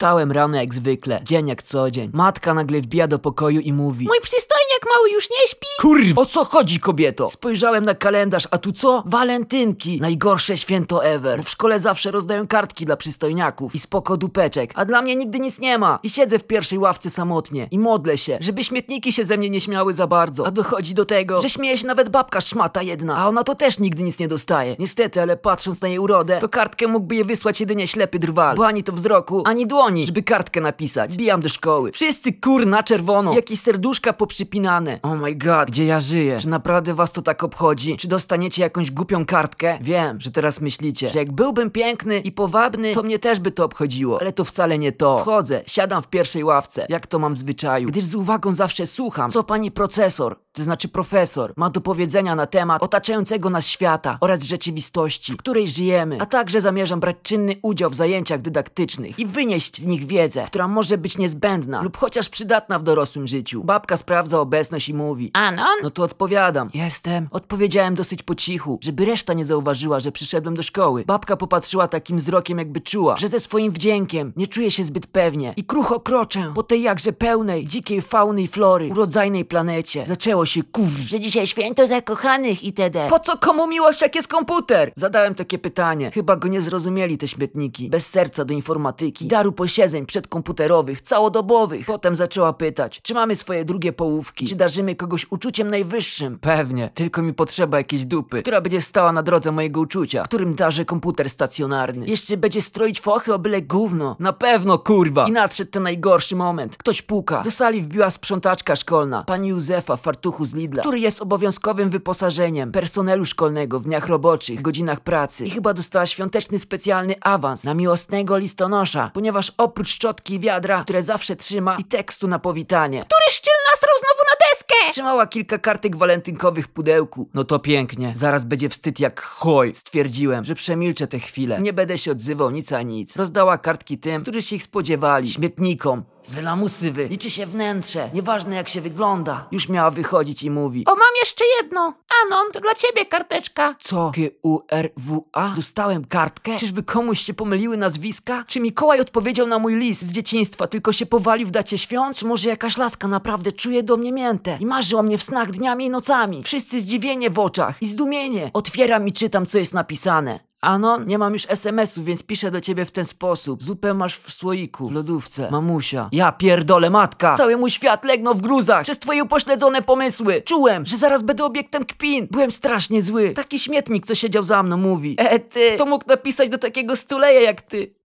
Wstałem rano jak zwykle, dzień jak co dzień. Matka nagle wbija do pokoju i mówi: Mój przystojniak mały już nie śpi? Kurwa, o co chodzi, kobieto? Spojrzałem na kalendarz, a tu co? Walentynki. Najgorsze święto ever. Bo w szkole zawsze rozdają kartki dla przystojniaków i spoko dupeczek, a dla mnie nigdy nic nie ma. I siedzę w pierwszej ławce samotnie i modlę się, żeby śmietniki się ze mnie nie śmiały za bardzo. A dochodzi do tego, że śmieje się nawet babka szmata jedna, a ona to też nigdy nic nie dostaje. Niestety, ale patrząc na jej urodę, to kartkę mógłby je wysłać jedynie ślepy drwal. Bo ani to wzroku, ani dłoni, żeby kartkę napisać. Wbijam do szkoły. Wszyscy na czerwono. Jakieś serduszka poprzypinane. Oh my god, gdzie ja żyję? Czy naprawdę was to tak obchodzi? Czy dostaniecie jakąś głupią kartkę? Wiem, że teraz myślicie, że jak byłbym piękny i powabny, to mnie też by to obchodziło. Ale to wcale nie to. Wchodzę, siadam w pierwszej ławce, jak to mam w zwyczaju, gdyż z uwagą zawsze słucham, co pani procesor, to znaczy profesor, ma do powiedzenia na temat otaczającego nas świata oraz rzeczywistości, w której żyjemy, a także zamierzam brać czynny udział w zajęciach dydaktycznych i wynieść z nich wiedzę, która może być niezbędna lub chociaż przydatna w dorosłym życiu. Babka sprawdza obecność i mówi: Anon? No to odpowiadam: jestem. Odpowiedziałem dosyć po cichu, żeby reszta nie zauważyła, że przyszedłem do szkoły. Babka popatrzyła takim wzrokiem, jakby czuła, że ze swoim wdziękiem nie czuje się zbyt pewnie i krucho kroczę po tej jakże pełnej, dzikiej fauny i flory, urodzajnej planecie. Zaczęło się Że dzisiaj święto zakochanych itd. Po co komu miłość, jak jest komputer? Zadałem takie pytanie. Chyba go nie zrozumieli te śmietniki. Bez serca do informatyki, daru posiedzeń przedkomputerowych, całodobowych. Potem zaczęła pytać, czy mamy swoje drugie połówki, czy darzymy kogoś uczuciem najwyższym. Pewnie, tylko mi potrzeba jakiejś dupy, która będzie stała na drodze mojego uczucia, którym darzę komputer stacjonarny. Jeszcze będzie stroić fochy o byle gówno. Na pewno, kurwa. I nadszedł ten najgorszy moment. Ktoś puka. Do sali wbiła sprzątaczka szkolna, pani Józefa w fartuchu z Lidla, który jest obowiązkowym wyposażeniem personelu szkolnego w dniach roboczych, godzinach pracy, i chyba dostała świąteczny specjalny awans na miłosnego listonosza, ponieważ oprócz szczotki i wiadra, które zawsze trzyma, i tekstu na powitanie, Który szczyl nasrał znowu na deskę? trzymała kilka kartek walentynkowych w pudełku. No to pięknie, zaraz będzie wstyd jak choj. Stwierdziłem, że przemilczę tę chwilę. Nie będę się odzywał nic a nic. Rozdała kartki tym, którzy się ich spodziewali. Śmietnikom. Wylamusy wy. Liczy się wnętrze. Nieważne jak się wygląda. Już miała wychodzić i mówi: O, mam jeszcze jedno. Anon, to dla ciebie karteczka. Co? Kurwa? Dostałem kartkę? Czyżby komuś się pomyliły nazwiska? Czy Mikołaj odpowiedział na mój list z dzieciństwa, tylko się powalił w dacie świąt? Czy może jakaś laska naprawdę czuje do mnie miętę i marzy o mnie w snach dniami i nocami? Wszyscy zdziwienie w oczach i zdumienie. Otwieram i czytam, co jest napisane. Anon, nie mam już SMS-ów, więc piszę do ciebie w ten sposób. Zupę masz w słoiku, w lodówce. Mamusia. Ja pierdolę, matka! Cały mój świat legnął w gruzach przez twoje upośledzone pomysły. Czułem, że zaraz będę obiektem kpin. Byłem strasznie zły. Taki śmietnik, co siedział za mną, mówi: ty, to mógł napisać do takiego stuleja jak ty.